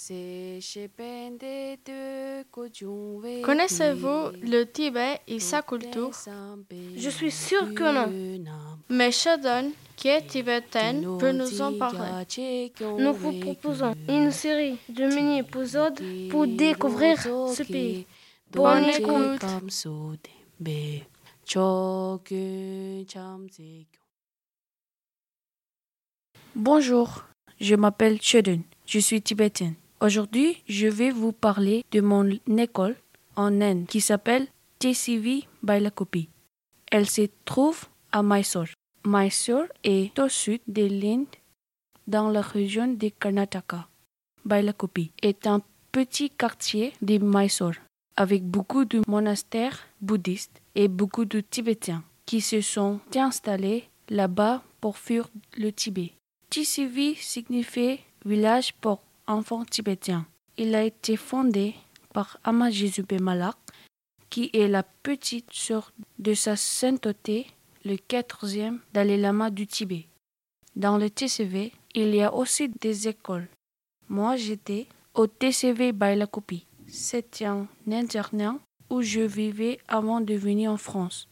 Connaissez-vous le Tibet et sa culture? Je suis sûre que non. Mais Sheldon, qui est tibétaine, peut nous en parler. Nous vous proposons une série de mini-épisodes pour découvrir ce pays. Bonne Bonne écoute. Bonjour, je m'appelle Sheldon, je suis tibétaine. Aujourd'hui, je vais vous parler de mon école en Inde qui s'appelle TCV Bailakopi. Elle se trouve à Mysore. Mysore est au sud de l'Inde, dans la région de Karnataka. Bailakopi est un petit quartier de Mysore avec beaucoup de monastères bouddhistes et beaucoup de Tibétains qui se sont installés là-bas pour fuir le Tibet. TCV signifie village pour enfants tibétains. Il a été fondé par Ama Jezubé Malak, qui est la petite sœur de sa sainteté, le 4e Dalai Lama du Tibet. Dans le TCV, il y a aussi des écoles. Moi, j'étais au TCV Bailakopi. C'était un internat où je vivais avant de venir en France.